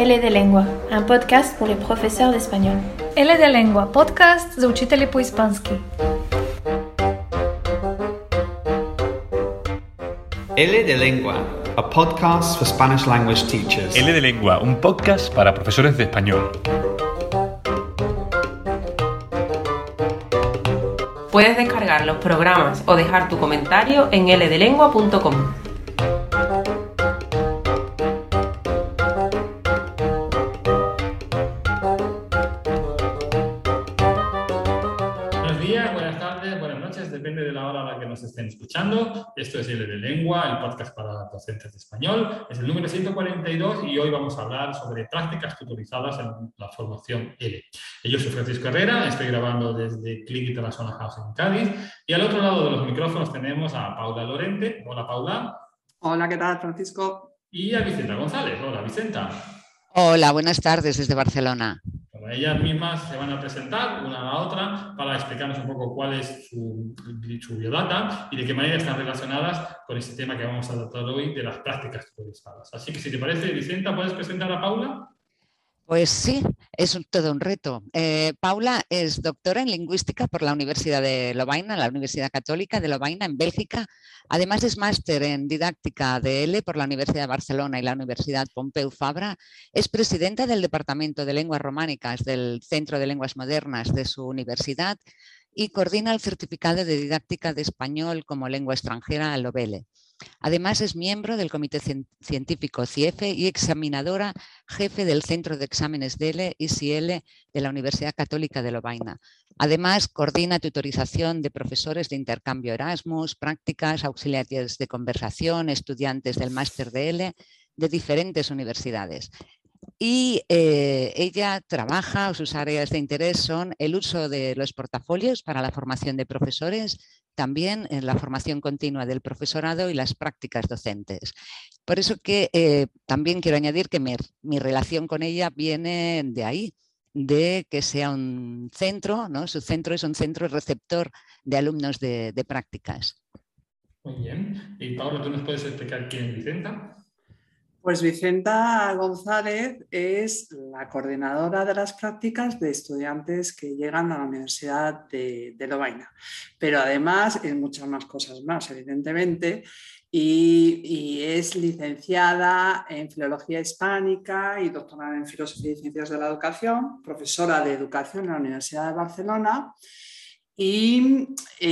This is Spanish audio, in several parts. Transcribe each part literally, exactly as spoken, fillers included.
L de Lengua, un podcast pour les professeurs d'espagnol. L de Lengua, podcast za učitelje po ispanski. L de Lengua, a podcast for Spanish language teachers. L de Lengua, un podcast para profesores de español. Puedes descargar los programas o dejar tu comentario en l de lengua punto com. Buenos días, buenas tardes, buenas noches, depende de la hora a la que nos estén escuchando. Esto es L de Lengua, el podcast para docentes de español. Es el número ciento cuarenta y dos y hoy vamos a hablar sobre prácticas tutorizadas en la formación L. Yo soy Francisco Herrera, estoy grabando desde Click International House en Cádiz y al otro lado de los micrófonos tenemos a Paula Lorente. Hola, Paula. Hola, ¿qué tal, Francisco? Y a Vicenta González. Hola, Vicenta. Hola, buenas tardes desde Barcelona. Bueno, ellas mismas se van a presentar una a la otra para explicarnos un poco cuál es su, su biodata y de qué manera están relacionadas con este tema que vamos a tratar hoy de las prácticas tutorizadas. Así que si te parece, Vicenta, ¿puedes presentar a Paula? Pues sí, es un, todo un reto. Eh, Paula es doctora en lingüística por la Universidad de Lovaina, la Universidad Católica de Lovaina en Bélgica. Además es máster en didáctica de L por la Universidad de Barcelona y la Universidad Pompeu Fabra. Es presidenta del Departamento de Lenguas Románicas del Centro de Lenguas Modernas de su universidad y coordina el certificado de didáctica de español como lengua extranjera al LOVELE. Además es miembro del Comité Científico C I E F E y examinadora jefe del Centro de Exámenes de L I S I L de la Universidad Católica de Lovaina. Además coordina tutorización de profesores de intercambio Erasmus, prácticas, auxiliares de conversación, estudiantes del máster de L de diferentes universidades. Y eh, ella trabaja, o sus áreas de interés son el uso de los portafolios para la formación de profesores, también en la formación continua del profesorado y las prácticas docentes. Por eso que eh, también quiero añadir que mi, mi relación con ella viene de ahí, de que sea un centro, ¿no? Su centro es un centro receptor de alumnos de, de prácticas. Muy bien. Y Paula, ¿tú nos puedes explicar quién es Vicenta? Pues Vicenta González es la coordinadora de las prácticas de estudiantes que llegan a la Universidad de, de Lovaina. Pero además es muchas más cosas más, evidentemente, y, y es licenciada en Filología Hispánica y doctorada en Filosofía y Ciencias de la Educación, profesora de Educación en la Universidad de Barcelona. Y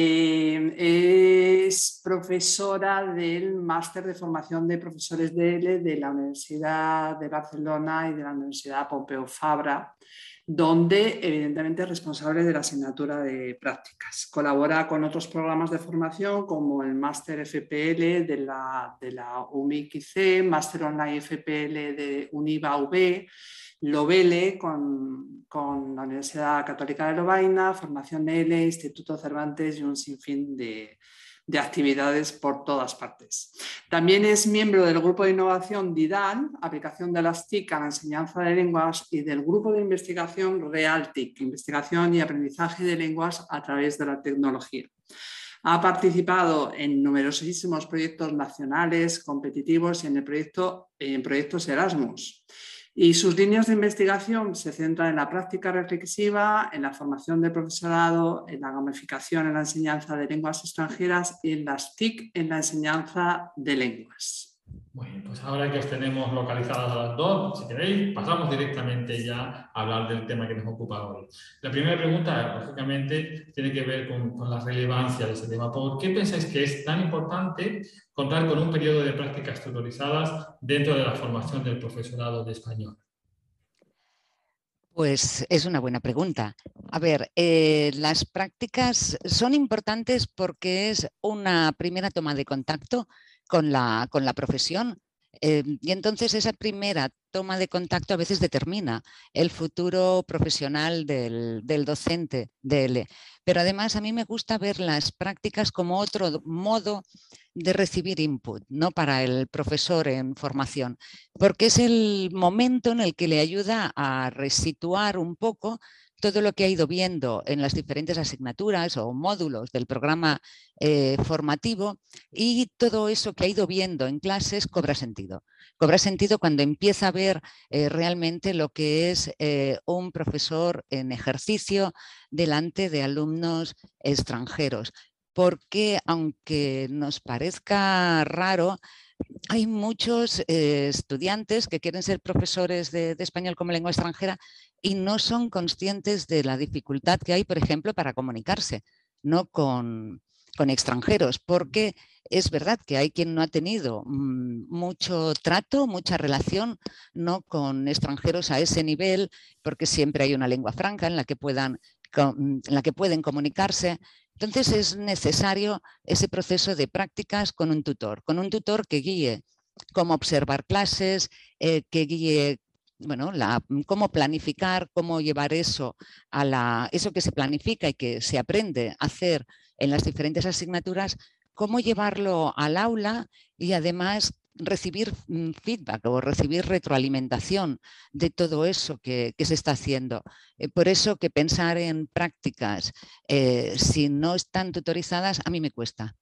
eh, es profesora del máster de formación de profesores de L de la Universidad de Barcelona y de la Universidad Pompeu Fabra, donde evidentemente es responsable de la asignatura de prácticas. Colabora con otros programas de formación como el máster F P L de la, de la U M I C I C, máster online F P L de UNIVA U B, LOVELE con, con la Universidad Católica de Lovaina, Formación L, Instituto Cervantes y un sinfín de, de actividades por todas partes. También es miembro del grupo de innovación DIDAL, aplicación de las T I C a la enseñanza de lenguas, y del grupo de investigación REALTIC, investigación y aprendizaje de lenguas a través de la tecnología. Ha participado en numerosísimos proyectos nacionales, competitivos y en, el proyecto, en proyectos Erasmus. Y sus líneas de investigación se centran en la práctica reflexiva, en la formación del profesorado, en la gamificación en la enseñanza de lenguas extranjeras y en las T I C en la enseñanza de lenguas. Bueno, pues ahora que os tenemos localizadas a las dos, si queréis, pasamos directamente ya a hablar del tema que nos ocupa hoy. La primera pregunta, lógicamente, tiene que ver con, con la relevancia de ese tema. ¿Por qué pensáis que es tan importante contar con un periodo de prácticas tutorizadas dentro de la formación del profesorado de español? Pues es una buena pregunta. A ver, eh, las prácticas son importantes porque es una primera toma de contacto con la, con la profesión. Eh, y entonces esa primera toma de contacto a veces determina el futuro profesional del, del docente de L. Pero además a mí me gusta ver las prácticas como otro modo de recibir input, ¿no? Para el profesor en formación, porque es el momento en el que le ayuda a resituar un poco todo lo que ha ido viendo en las diferentes asignaturas o módulos del programa eh, formativo, y todo eso que ha ido viendo en clases cobra sentido. Cobra sentido cuando empieza a ver eh, realmente lo que es eh, un profesor en ejercicio delante de alumnos extranjeros. Porque aunque nos parezca raro, hay muchos eh, estudiantes que quieren ser profesores de, de español como lengua extranjera y no son conscientes de la dificultad que hay, por ejemplo, para comunicarse, no con, con extranjeros, porque es verdad que hay quien no ha tenido mmm, mucho trato, mucha relación, no con extranjeros a ese nivel, porque siempre hay una lengua franca en la que puedan, en la que pueden comunicarse. Entonces es necesario ese proceso de prácticas con un tutor, con un tutor que guíe cómo observar clases, eh, que guíe bueno, la, cómo planificar, cómo llevar eso, a la, eso que se planifica y que se aprende a hacer en las diferentes asignaturas, cómo llevarlo al aula y además recibir feedback o recibir retroalimentación de todo eso que, que se está haciendo. Eh, por eso que pensar en prácticas, eh, si no están tutorizadas, a mí me cuesta.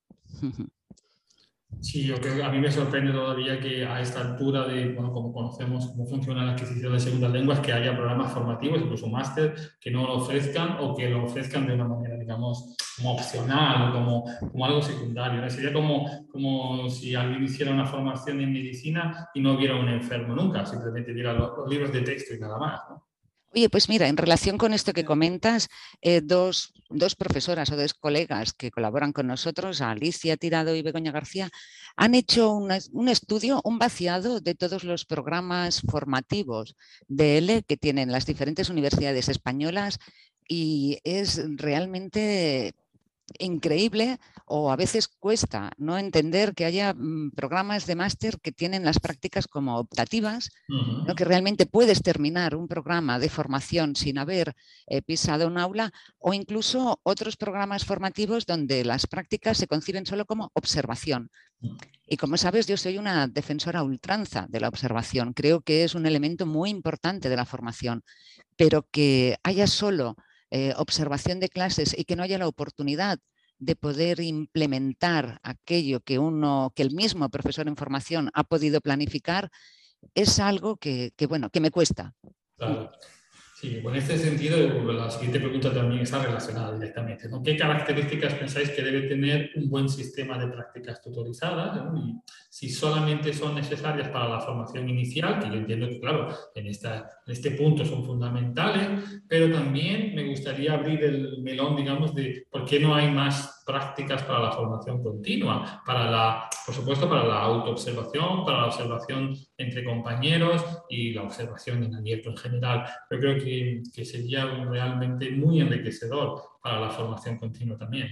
Sí, yo creo que a mí me sorprende todavía que a esta altura de, bueno, como conocemos cómo funciona la adquisición de segundas lenguas, que haya programas formativos, incluso máster, que no lo ofrezcan o que lo ofrezcan de una manera, digamos, como opcional o como, como algo secundario, ¿no? Sería como, como si alguien hiciera una formación en medicina y no hubiera un enfermo nunca, simplemente viera los, los libros de texto y nada más, ¿no? Oye, pues mira, en relación con esto que comentas, eh, dos, dos profesoras o dos colegas que colaboran con nosotros, Alicia Tirado y Begoña García, han hecho una, un estudio, un vaciado de todos los programas formativos de L que tienen las diferentes universidades españolas, y es realmente increíble, o a veces cuesta no entender que haya mmm, programas de máster que tienen las prácticas como optativas, uh-huh. ¿no? Que realmente puedes terminar un programa de formación sin haber eh, pisado un aula, o incluso otros programas formativos donde las prácticas se conciben solo como observación. Y como sabes, yo soy una defensora a ultranza de la observación. Creo que es un elemento muy importante de la formación, pero que haya solo Eh, observación de clases y que no haya la oportunidad de poder implementar aquello que, uno, que el mismo profesor en formación ha podido planificar, es algo que, que, bueno, que me cuesta. Claro. Sí, en este sentido, la siguiente pregunta también está relacionada directamente, ¿no? ¿Qué características pensáis que debe tener un buen sistema de prácticas tutorizadas, ¿no? Y si solamente son necesarias para la formación inicial, que yo entiendo que, claro, en, esta, en este punto son fundamentales, pero también me gustaría abrir el melón, digamos, de por qué no hay más prácticas para la formación continua, para la, por supuesto, para la autoobservación, para la observación entre compañeros y la observación en abierto en general. Yo creo que Que, que sería realmente muy enriquecedor para la formación continua también.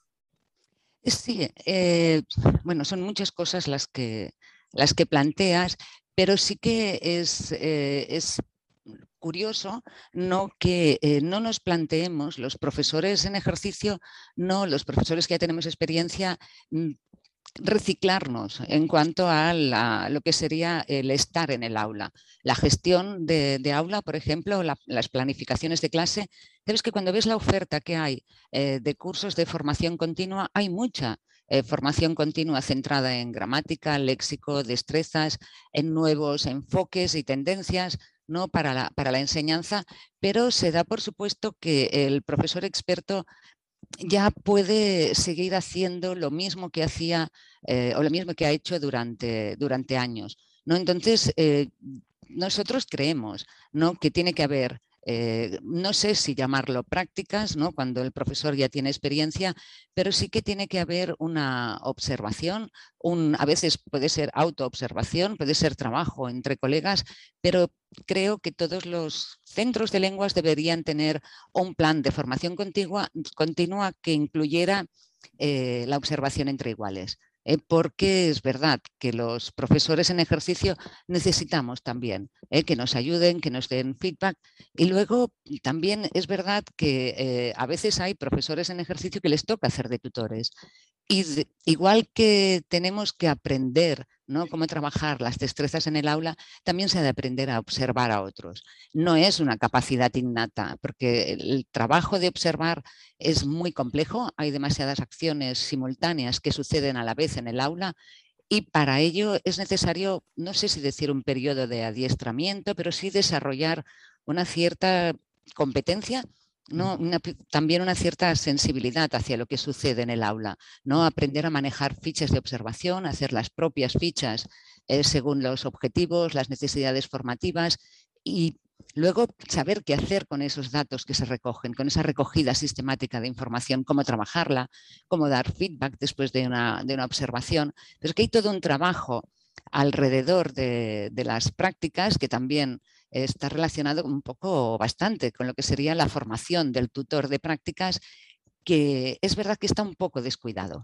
Sí, eh, bueno, son muchas cosas las que, las que planteas, pero sí que es, eh, es curioso no que eh, no nos planteemos, los profesores en ejercicio, no los profesores que ya tenemos experiencia, reciclarnos en cuanto a la, lo que sería el estar en el aula. La gestión de, de aula, por ejemplo, la, las planificaciones de clase. Sabes que cuando ves la oferta que hay eh, de cursos de formación continua, hay mucha eh, formación continua centrada en gramática, léxico, destrezas, en nuevos enfoques y tendencias, ¿no? para, la, para la enseñanza, pero se da por supuesto que el profesor experto ya puede seguir haciendo lo mismo que hacía eh, o lo mismo que ha hecho durante, durante años, ¿no? Entonces, eh, nosotros creemos, ¿no? que tiene que haber, eh, no sé si llamarlo prácticas, ¿no? cuando el profesor ya tiene experiencia, pero sí que tiene que haber una observación, un, a veces puede ser autoobservación, puede ser trabajo entre colegas, pero creo que todos los centros de lenguas deberían tener un plan de formación continua, continua que incluyera eh, la observación entre iguales. Eh, porque es verdad que los profesores en ejercicio necesitamos también eh, que nos ayuden, que nos den feedback, y luego también es verdad que eh, a veces hay profesores en ejercicio que les toca hacer de tutores, Y de, igual que tenemos que aprender, ¿no?, cómo trabajar las destrezas en el aula, también se ha de aprender a observar a otros. No es una capacidad innata, porque el trabajo de observar es muy complejo, hay demasiadas acciones simultáneas que suceden a la vez en el aula y para ello es necesario, no sé si decir un periodo de adiestramiento, pero sí desarrollar una cierta competencia, ¿no? Una, también una cierta sensibilidad hacia lo que sucede en el aula, ¿no? Aprender a manejar fichas de observación, hacer las propias fichas eh, según los objetivos, las necesidades formativas y luego saber qué hacer con esos datos que se recogen, con esa recogida sistemática de información, cómo trabajarla, cómo dar feedback después de una, de una observación. Pero es que hay todo un trabajo alrededor de, de las prácticas que también está relacionado un poco bastante con lo que sería la formación del tutor de prácticas, que es verdad que está un poco descuidado.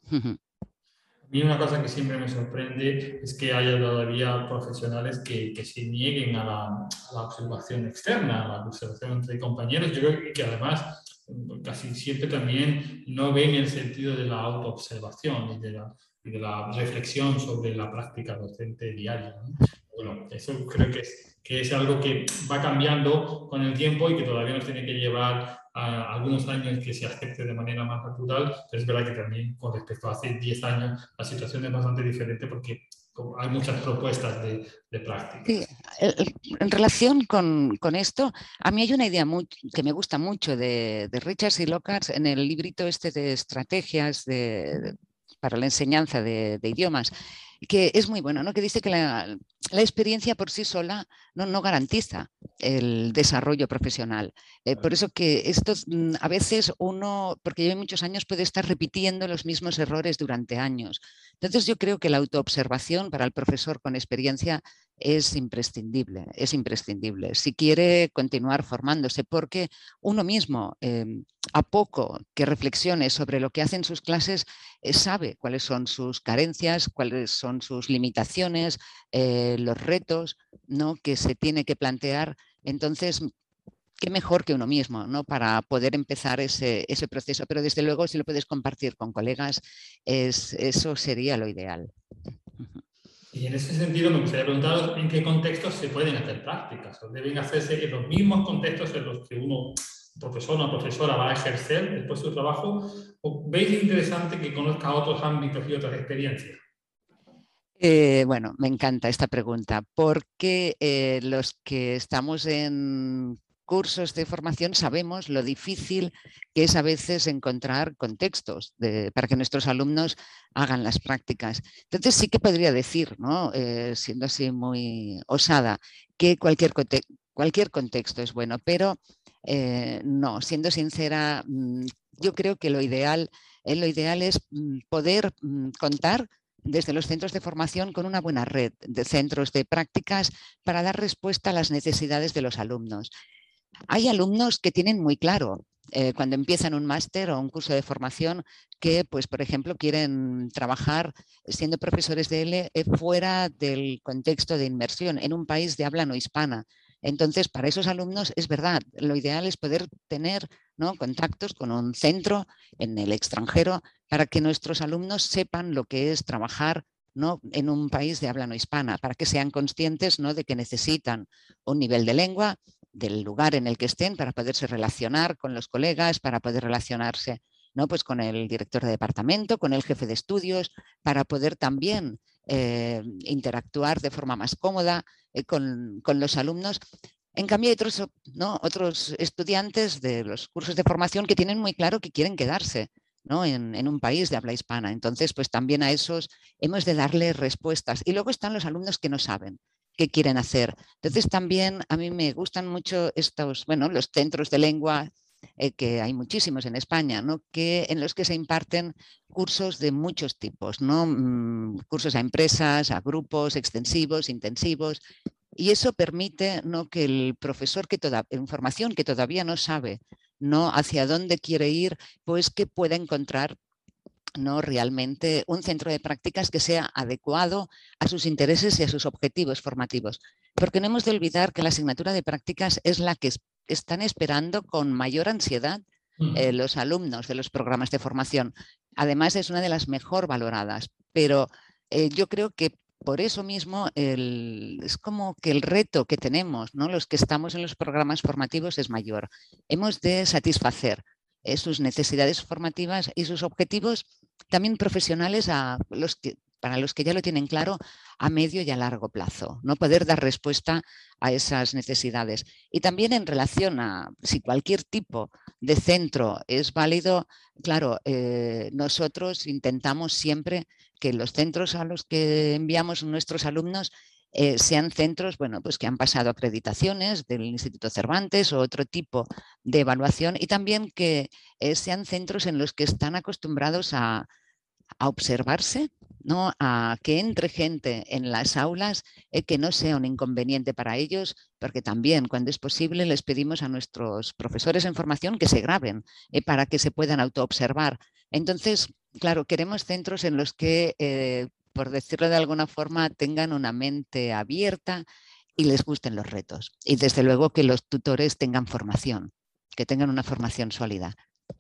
A mí una cosa que siempre me sorprende es que haya todavía profesionales que, que se nieguen a la, a la observación externa, a la observación entre compañeros. Yo creo que, que además casi siempre también no ven el sentido de la autoobservación y de la, y de la reflexión sobre la práctica docente diaria, ¿no? Bueno, eso creo que es, que es algo que va cambiando con el tiempo y que todavía nos tiene que llevar a algunos años que se acepte de manera más natural, pero es verdad que también con respecto a hace diez años la situación es bastante diferente porque hay muchas propuestas de, de prácticas. Sí, en relación con, con esto, a mí hay una idea muy, que me gusta mucho de, de Richards y Lockhart en el librito este de estrategias de, de, para la enseñanza de, de idiomas, que es muy bueno, ¿no? Que dice que la, la experiencia por sí sola no, no garantiza el desarrollo profesional. Eh, por eso que esto a veces uno, porque lleva muchos años, puede estar repitiendo los mismos errores durante años. Entonces yo creo que la autoobservación para el profesor con experiencia es imprescindible, es imprescindible si quiere continuar formándose, porque uno mismo, eh, a poco que reflexione sobre lo que hace en sus clases, eh, sabe cuáles son sus carencias, cuáles son sus limitaciones, eh, los retos, ¿no?, que se tiene que plantear. Entonces, qué mejor que uno mismo, ¿no?, para poder empezar ese, ese proceso. Pero desde luego, si lo puedes compartir con colegas, es, eso sería lo ideal. Y en ese sentido me gustaría preguntaros en qué contextos se pueden hacer prácticas, o deben hacerse en los mismos contextos en los que uno, profesor o profesora, va a ejercer después de su trabajo, o veis interesante que conozca otros ámbitos y otras experiencias. Eh, bueno, me encanta esta pregunta porque eh, los que estamos en cursos de formación sabemos lo difícil que es a veces encontrar contextos de, para que nuestros alumnos hagan las prácticas. Entonces sí que podría decir, ¿no?, eh, siendo así muy osada, que cualquier, conte cualquier contexto es bueno, pero eh, no, siendo sincera, yo creo que lo ideal, eh, lo ideal es poder contar desde los centros de formación con una buena red de centros de prácticas para dar respuesta a las necesidades de los alumnos. Hay alumnos que tienen muy claro eh, cuando empiezan un máster o un curso de formación que, pues, por ejemplo, quieren trabajar siendo profesores de L E fuera del contexto de inmersión en un país de habla no hispana. Entonces, para esos alumnos es verdad, lo ideal es poder tener, ¿no?, contactos con un centro en el extranjero para que nuestros alumnos sepan lo que es trabajar, ¿no?, en un país de habla no hispana, para que sean conscientes, ¿no?, de que necesitan un nivel de lengua, del lugar en el que estén para poderse relacionar con los colegas, para poder relacionarse, ¿no?, pues con el director de departamento, con el jefe de estudios, para poder también eh, interactuar de forma más cómoda eh, con, con los alumnos. En cambio, hay otros, ¿no?, otros estudiantes de los cursos de formación que tienen muy claro que quieren quedarse, ¿no?, en, en un país de habla hispana. Entonces, pues también a esos hemos de darles respuestas. Y luego están los alumnos que no saben qué quieren hacer. Entonces, también a mí me gustan mucho estos, bueno, los centros de lengua, eh, que hay muchísimos en España, ¿no?, que, en los que se imparten cursos de muchos tipos, ¿no? Mm, cursos a empresas, a grupos extensivos, intensivos. Y eso permite, ¿no?, que el profesor que toda información que todavía no sabe, ¿no?, hacia dónde quiere ir, pues que pueda encontrar, ¿no?, realmente un centro de prácticas que sea adecuado a sus intereses y a sus objetivos formativos. Porque no hemos de olvidar que la asignatura de prácticas es la que están esperando con mayor ansiedad eh, los alumnos de los programas de formación. Además, es una de las mejor valoradas, pero eh, yo creo que por eso mismo el, es como que el reto que tenemos, ¿no?, los que estamos en los programas formativos es mayor. Hemos de satisfacer eh, sus necesidades formativas y sus objetivos también profesionales a los que, para los que ya lo tienen claro a medio y a largo plazo, no poder dar respuesta a esas necesidades. Y también en relación a si cualquier tipo de centro es válido, claro, eh, nosotros intentamos siempre que los centros a los que enviamos nuestros alumnos eh, sean centros, bueno, pues que han pasado acreditaciones del Instituto Cervantes o otro tipo de evaluación, y también que eh, sean centros en los que están acostumbrados a, a observarse, ¿no?, a que entre gente en las aulas, eh, que no sea un inconveniente para ellos, porque también, cuando es posible, les pedimos a nuestros profesores en formación que se graben eh, para que se puedan autoobservar. Entonces, claro, queremos centros en los que, eh, por decirlo de alguna forma, tengan una mente abierta y les gusten los retos. Y desde luego que los tutores tengan formación, que tengan una formación sólida.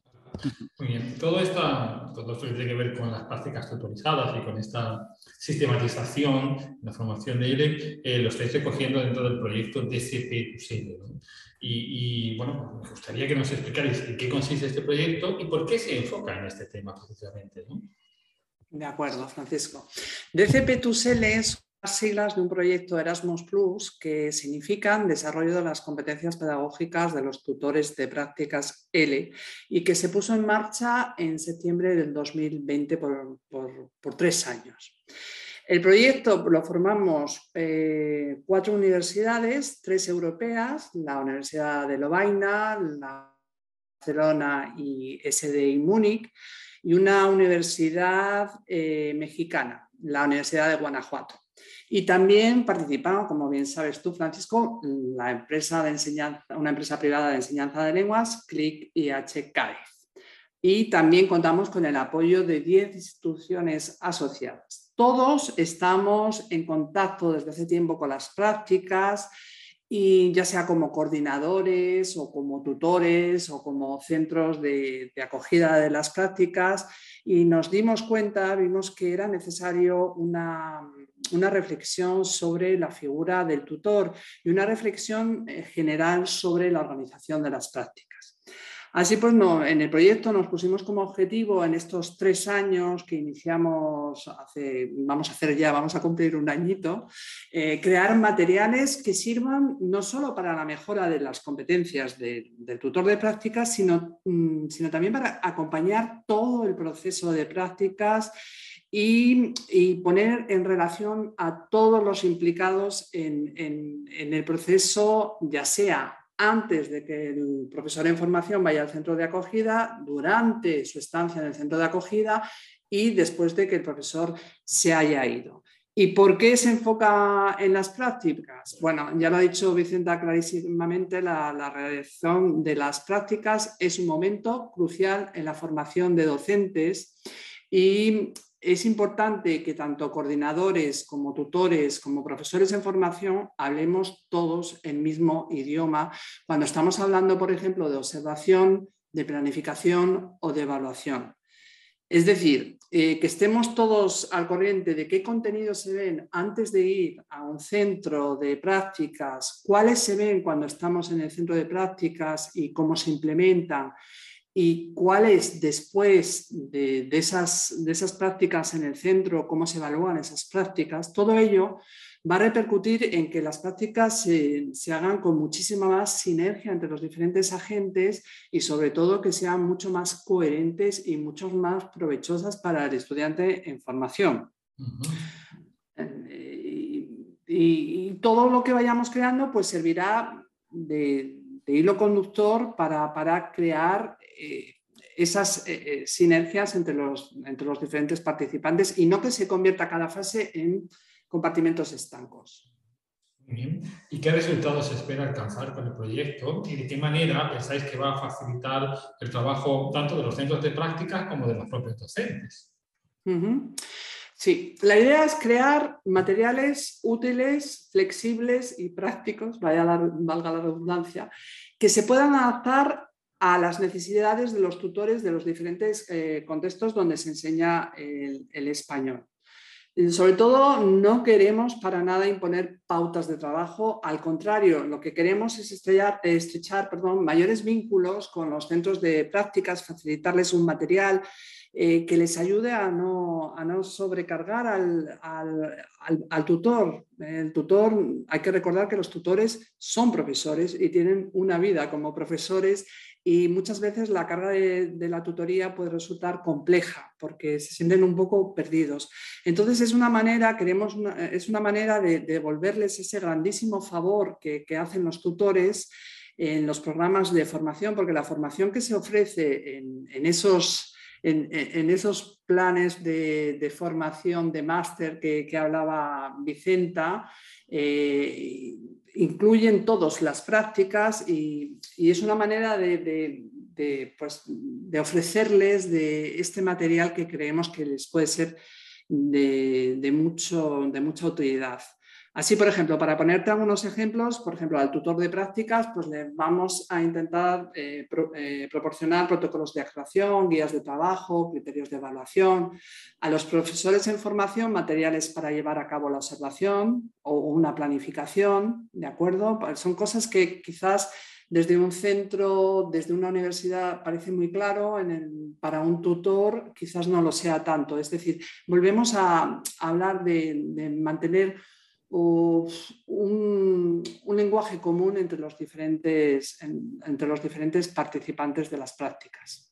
Muy bien, todo, esta, todo esto que tiene que ver con las prácticas tutorizadas y con esta sistematización, la formación de I L E, eh, lo estáis recogiendo dentro del proyecto D C P plus L, ¿no? Y, y bueno, me gustaría que nos explicarais en qué consiste este proyecto y por qué se enfoca en este tema precisamente, ¿no? De acuerdo, Francisco. D C P plus L es las siglas de un proyecto Erasmus Plus que significan desarrollo de las competencias pedagógicas de los tutores de prácticas L y que se puso en marcha en septiembre del dos mil veinte por, por, por tres años. El proyecto lo formamos eh, cuatro universidades, tres europeas, la Universidad de Lovaina, la Barcelona y S D I Múnich, y una universidad eh, mexicana, la Universidad de Guanajuato. Y también participaron, como bien sabes tú, Francisco, la empresa de enseñanza, una empresa privada de enseñanza de lenguas, C L I C I H Cádiz. Y también contamos con el apoyo de diez instituciones asociadas. Todos estamos en contacto desde hace tiempo con las prácticas, y ya sea como coordinadores o como tutores o como centros de, de acogida de las prácticas, y nos dimos cuenta, vimos que era necesario una, una reflexión sobre la figura del tutor y una reflexión general sobre la organización de las prácticas. Así pues, no, en el proyecto nos pusimos como objetivo en estos tres años que iniciamos, hace, vamos a hacer ya, vamos a cumplir un añito, eh, crear materiales que sirvan no solo para la mejora de las competencias de, del tutor de prácticas, sino, mm, sino también para acompañar todo el proceso de prácticas y, y poner en relación a todos los implicados en, en, en el proceso, ya sea antes de que el profesor en formación vaya al centro de acogida, durante su estancia en el centro de acogida y después de que el profesor se haya ido. ¿Y por qué se enfoca en las prácticas? Bueno, ya lo ha dicho Vicenta clarísimamente, la, la realización de las prácticas es un momento crucial en la formación de docentes, y es importante que tanto coordinadores como tutores como profesores en formación hablemos todos el mismo idioma cuando estamos hablando, por ejemplo, de observación, de planificación o de evaluación. Es decir, eh, que estemos todos al corriente de qué contenidos se ven antes de ir a un centro de prácticas, cuáles se ven cuando estamos en el centro de prácticas y cómo se implementan, y cuáles después de, de, esas, de esas prácticas en el centro, cómo se evalúan esas prácticas. Todo ello va a repercutir en que las prácticas se, se hagan con muchísima más sinergia entre los diferentes agentes y sobre todo que sean mucho más coherentes y mucho más provechosas para el estudiante en formación. Uh-huh. y, y, y todo lo que vayamos creando pues servirá de, de hilo conductor para, para crear eh, esas eh, sinergias entre los, entre los diferentes participantes y no que se convierta cada fase en compartimentos estancos. Muy bien. ¿Y qué resultados se espera alcanzar con el proyecto? ¿Y de qué manera pensáis que va a facilitar el trabajo tanto de los centros de prácticas como de los propios docentes? Uh-huh. Sí, la idea es crear materiales útiles, flexibles y prácticos, vaya la, valga la redundancia, que se puedan adaptar a las necesidades de los tutores de los diferentes eh, contextos donde se enseña el, el español. Y sobre todo, no queremos para nada imponer pautas de trabajo, al contrario, lo que queremos es estrellar, estrechar perdón, mayores vínculos con los centros de prácticas, facilitarles un material eh, que les ayude a no, a no sobrecargar al, al, al, al tutor. El tutor, hay que recordar que los tutores son profesores y tienen una vida como profesores, y muchas veces la carga de, de la tutoría puede resultar compleja porque se sienten un poco perdidos. Entonces es una manera, queremos una, es una manera de, de devolverles ese grandísimo favor que, que hacen los tutores en los programas de formación, porque la formación que se ofrece en, en, esos, en, en esos planes de, de formación de máster que, que hablaba Vicenta, eh, incluyen todas las prácticas y, y es una manera de, de, de, pues, de ofrecerles de este material que creemos que les puede ser de, de, mucho, de mucha utilidad. Así, por ejemplo, para ponerte algunos ejemplos, por ejemplo, al tutor de prácticas, pues le vamos a intentar eh, pro, eh, proporcionar protocolos de actuación, guías de trabajo, criterios de evaluación. A los profesores en formación, materiales para llevar a cabo la observación o una planificación, ¿de acuerdo? Son cosas que quizás desde un centro, desde una universidad parece muy claro, en el, para un tutor quizás no lo sea tanto. Es decir, volvemos a, a hablar de, de mantener Un, un lenguaje común entre los, diferentes, entre los diferentes participantes de las prácticas.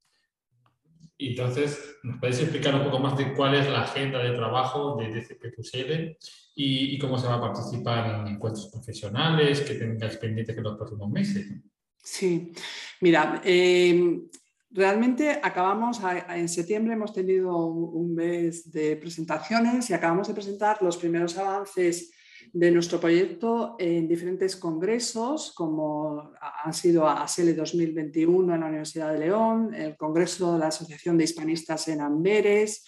Y entonces, ¿nos podéis explicar un poco más de cuál es la agenda de trabajo de D C P Q S L y, y cómo se va a participar en encuentros profesionales que tengáis pendientes en los próximos meses? Sí, mira, eh, realmente acabamos, en septiembre hemos tenido un mes de presentaciones y acabamos de presentar los primeros avances de nuestro proyecto en diferentes congresos, como han sido A S E L dos mil veintiuno en la Universidad de León, el Congreso de la Asociación de Hispanistas en Amberes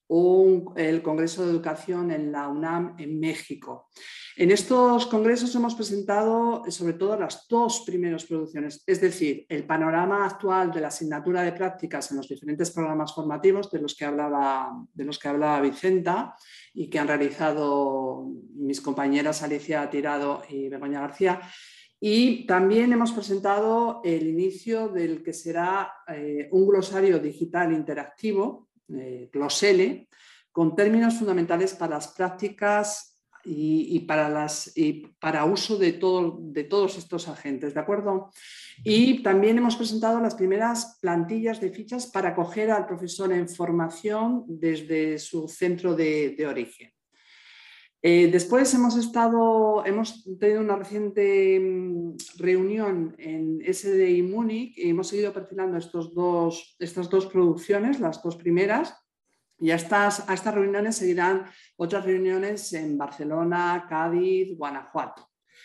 o el Congreso de Educación en la UNAM en México. En estos congresos hemos presentado sobre todo las dos primeras producciones, es decir, el panorama actual de la asignatura de prácticas en los diferentes programas formativos de los que hablaba, de los que hablaba Vicenta y que han realizado mis compañeras Alicia Tirado y Begoña García. Y también hemos presentado el inicio del que será eh, un glosario digital interactivo, eh, Glosele, con términos fundamentales para las prácticas Y, y, para las, y para uso de, todo, de todos estos agentes, ¿de acuerdo? Y también hemos presentado las primeras plantillas de fichas para acoger al profesor en formación desde su centro de, de origen. Eh, después hemos, estado, hemos tenido una reciente reunión en S D I Múnich y hemos seguido perfilando estos dos, estas dos producciones, las dos primeras. Y a estas, a estas reuniones seguirán otras reuniones en Barcelona, Cádiz, Guanajuato.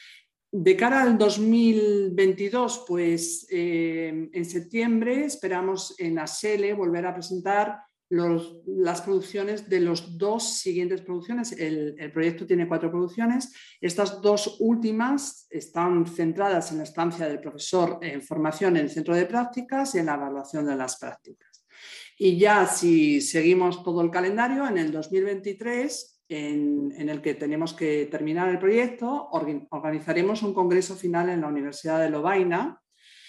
De cara al dos mil veintidós, pues eh, en septiembre esperamos en A S E L volver a presentar los, las producciones de las dos siguientes producciones. El, el proyecto tiene cuatro producciones. Estas dos últimas están centradas en la estancia del profesor en formación en el centro de prácticas y en la evaluación de las prácticas. Y ya si seguimos todo el calendario, en el dos mil veintitrés, en, en el que tenemos que terminar el proyecto, organizaremos un congreso final en la Universidad de Lovaina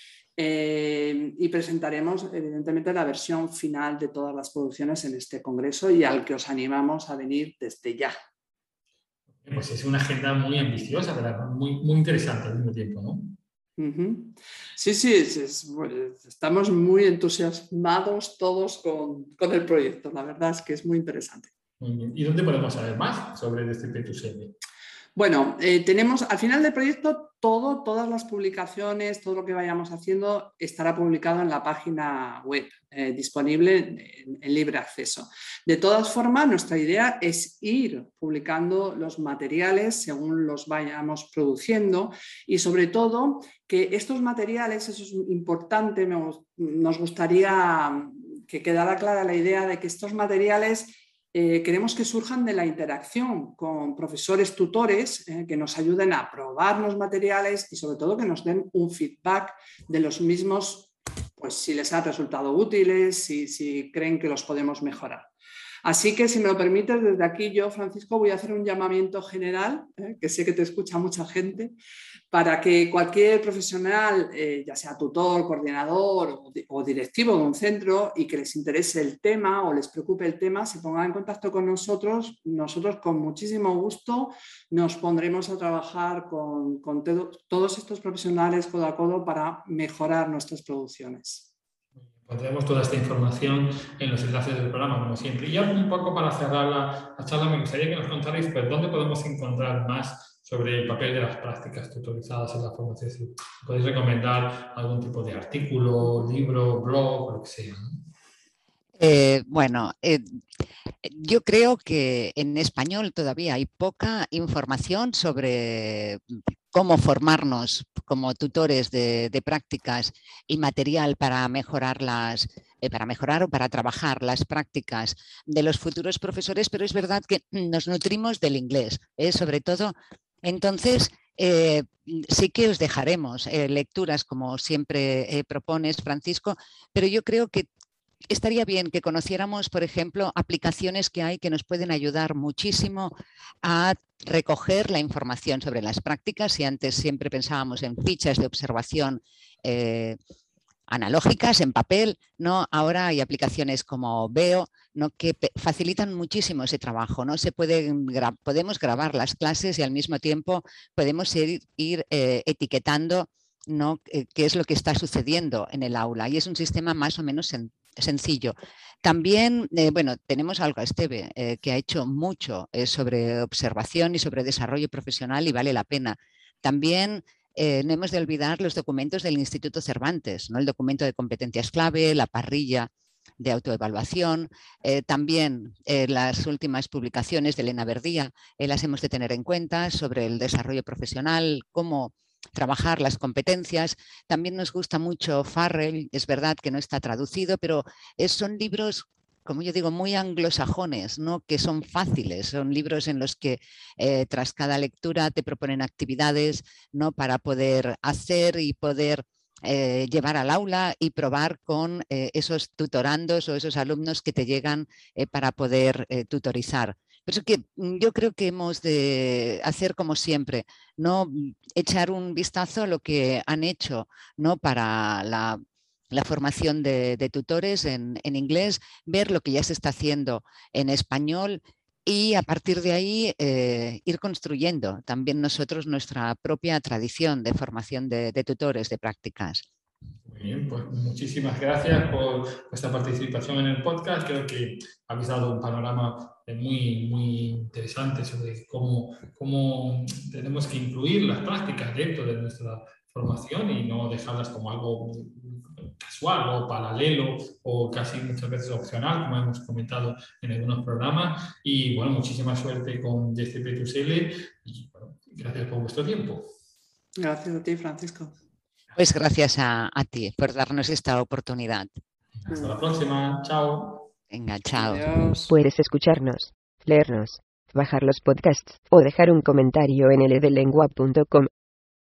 eh, y presentaremos evidentemente la versión final de todas las producciones en este congreso y al que os animamos a venir desde ya. Pues es una agenda muy ambiciosa, ¿verdad? Muy, muy interesante al mismo tiempo, ¿no? Uh-huh. Sí, sí, es, es, estamos muy entusiasmados todos con, con el proyecto. La verdad es que es muy interesante. Muy bien. ¿Y dónde podemos saber más sobre D C P Q S L? Bueno, eh, tenemos al final del proyecto todo, todas las publicaciones, todo lo que vayamos haciendo estará publicado en la página web, eh, disponible en, en libre acceso. De todas formas, nuestra idea es ir publicando los materiales según los vayamos produciendo y sobre todo que estos materiales, eso es importante, me, nos gustaría que quedara clara la idea de que estos materiales Eh, queremos que surjan de la interacción con profesores tutores eh, que nos ayuden a probar los materiales y sobre todo que nos den un feedback de los mismos pues si les ha resultado útiles, si, si creen que los podemos mejorar. Así que, si me lo permites, desde aquí yo, Francisco, voy a hacer un llamamiento general, eh, que sé que te escucha mucha gente, para que cualquier profesional, eh, ya sea tutor, coordinador o, o directivo de un centro y que les interese el tema o les preocupe el tema, se pongan en contacto con nosotros. Nosotros con muchísimo gusto nos pondremos a trabajar con, con todo, todos estos profesionales codo a codo para mejorar nuestras producciones. Pondremos toda esta información en los enlaces del programa, como siempre. Y ya un poco para cerrar la, la charla, me gustaría que nos contarais pues, dónde podemos encontrar más sobre el papel de las prácticas tutorizadas en la formación. Si podéis recomendar algún tipo de artículo, libro, blog, o lo que sea, ¿no? Eh, bueno, eh, yo creo que en español todavía hay poca información sobre cómo formarnos como tutores de, de prácticas y material para mejorarlas, eh, para mejorar o para trabajar las prácticas de los futuros profesores, pero es verdad que nos nutrimos del inglés, ¿eh? Sobre todo. Entonces, eh, sí que os dejaremos eh, lecturas como siempre eh, propones, Francisco, pero yo creo que estaría bien que conociéramos, por ejemplo, aplicaciones que hay que nos pueden ayudar muchísimo a recoger la información sobre las prácticas. Si antes siempre pensábamos en fichas de observación eh, analógicas, en papel, ¿no? Ahora hay aplicaciones como Veo, ¿no? Que facilitan muchísimo ese trabajo, ¿no? Se pueden gra- podemos grabar las clases y al mismo tiempo podemos ir, ir eh, etiquetando, ¿no? Eh, qué es lo que está sucediendo en el aula, y es un sistema más o menos sen- sencillo. También, eh, bueno, tenemos algo a Esteve, eh, que ha hecho mucho eh, sobre observación y sobre desarrollo profesional y vale la pena. También eh, no hemos de olvidar los documentos del Instituto Cervantes, ¿no? El documento de competencias clave, la parrilla de autoevaluación, eh, también eh, las últimas publicaciones de Elena Verdía, eh, las hemos de tener en cuenta sobre el desarrollo profesional, cómo trabajar las competencias. También nos gusta mucho Farrell, es verdad que no está traducido, pero es, son libros, como yo digo, muy anglosajones, ¿no? Que son fáciles, son libros en los que eh, tras cada lectura te proponen actividades, ¿no? Para poder hacer y poder eh, llevar al aula y probar con eh, esos tutorandos o esos alumnos que te llegan eh, para poder eh, tutorizar. Por eso que yo creo que hemos de hacer como siempre, ¿no? Echar un vistazo a lo que han hecho, ¿no? Para la, la formación de, de tutores en, en inglés, ver lo que ya se está haciendo en español y a partir de ahí eh, ir construyendo también nosotros nuestra propia tradición de formación de, de tutores de prácticas. Muy bien, pues muchísimas gracias por vuestra participación en el podcast. Creo que habéis dado un panorama muy, muy interesante sobre cómo, cómo tenemos que incluir las prácticas dentro de nuestra formación y no dejarlas como algo casual o paralelo o casi muchas veces opcional, como hemos comentado en algunos programas. Y bueno, muchísima suerte con D C P T U S L y bueno, gracias por vuestro tiempo. Gracias a ti, Francisco. Pues gracias a, a ti por darnos esta oportunidad. Hasta la próxima. Chao. Venga, chao. Adiós. Puedes escucharnos, leernos, bajar los podcasts o dejar un comentario en l d lengua punto com.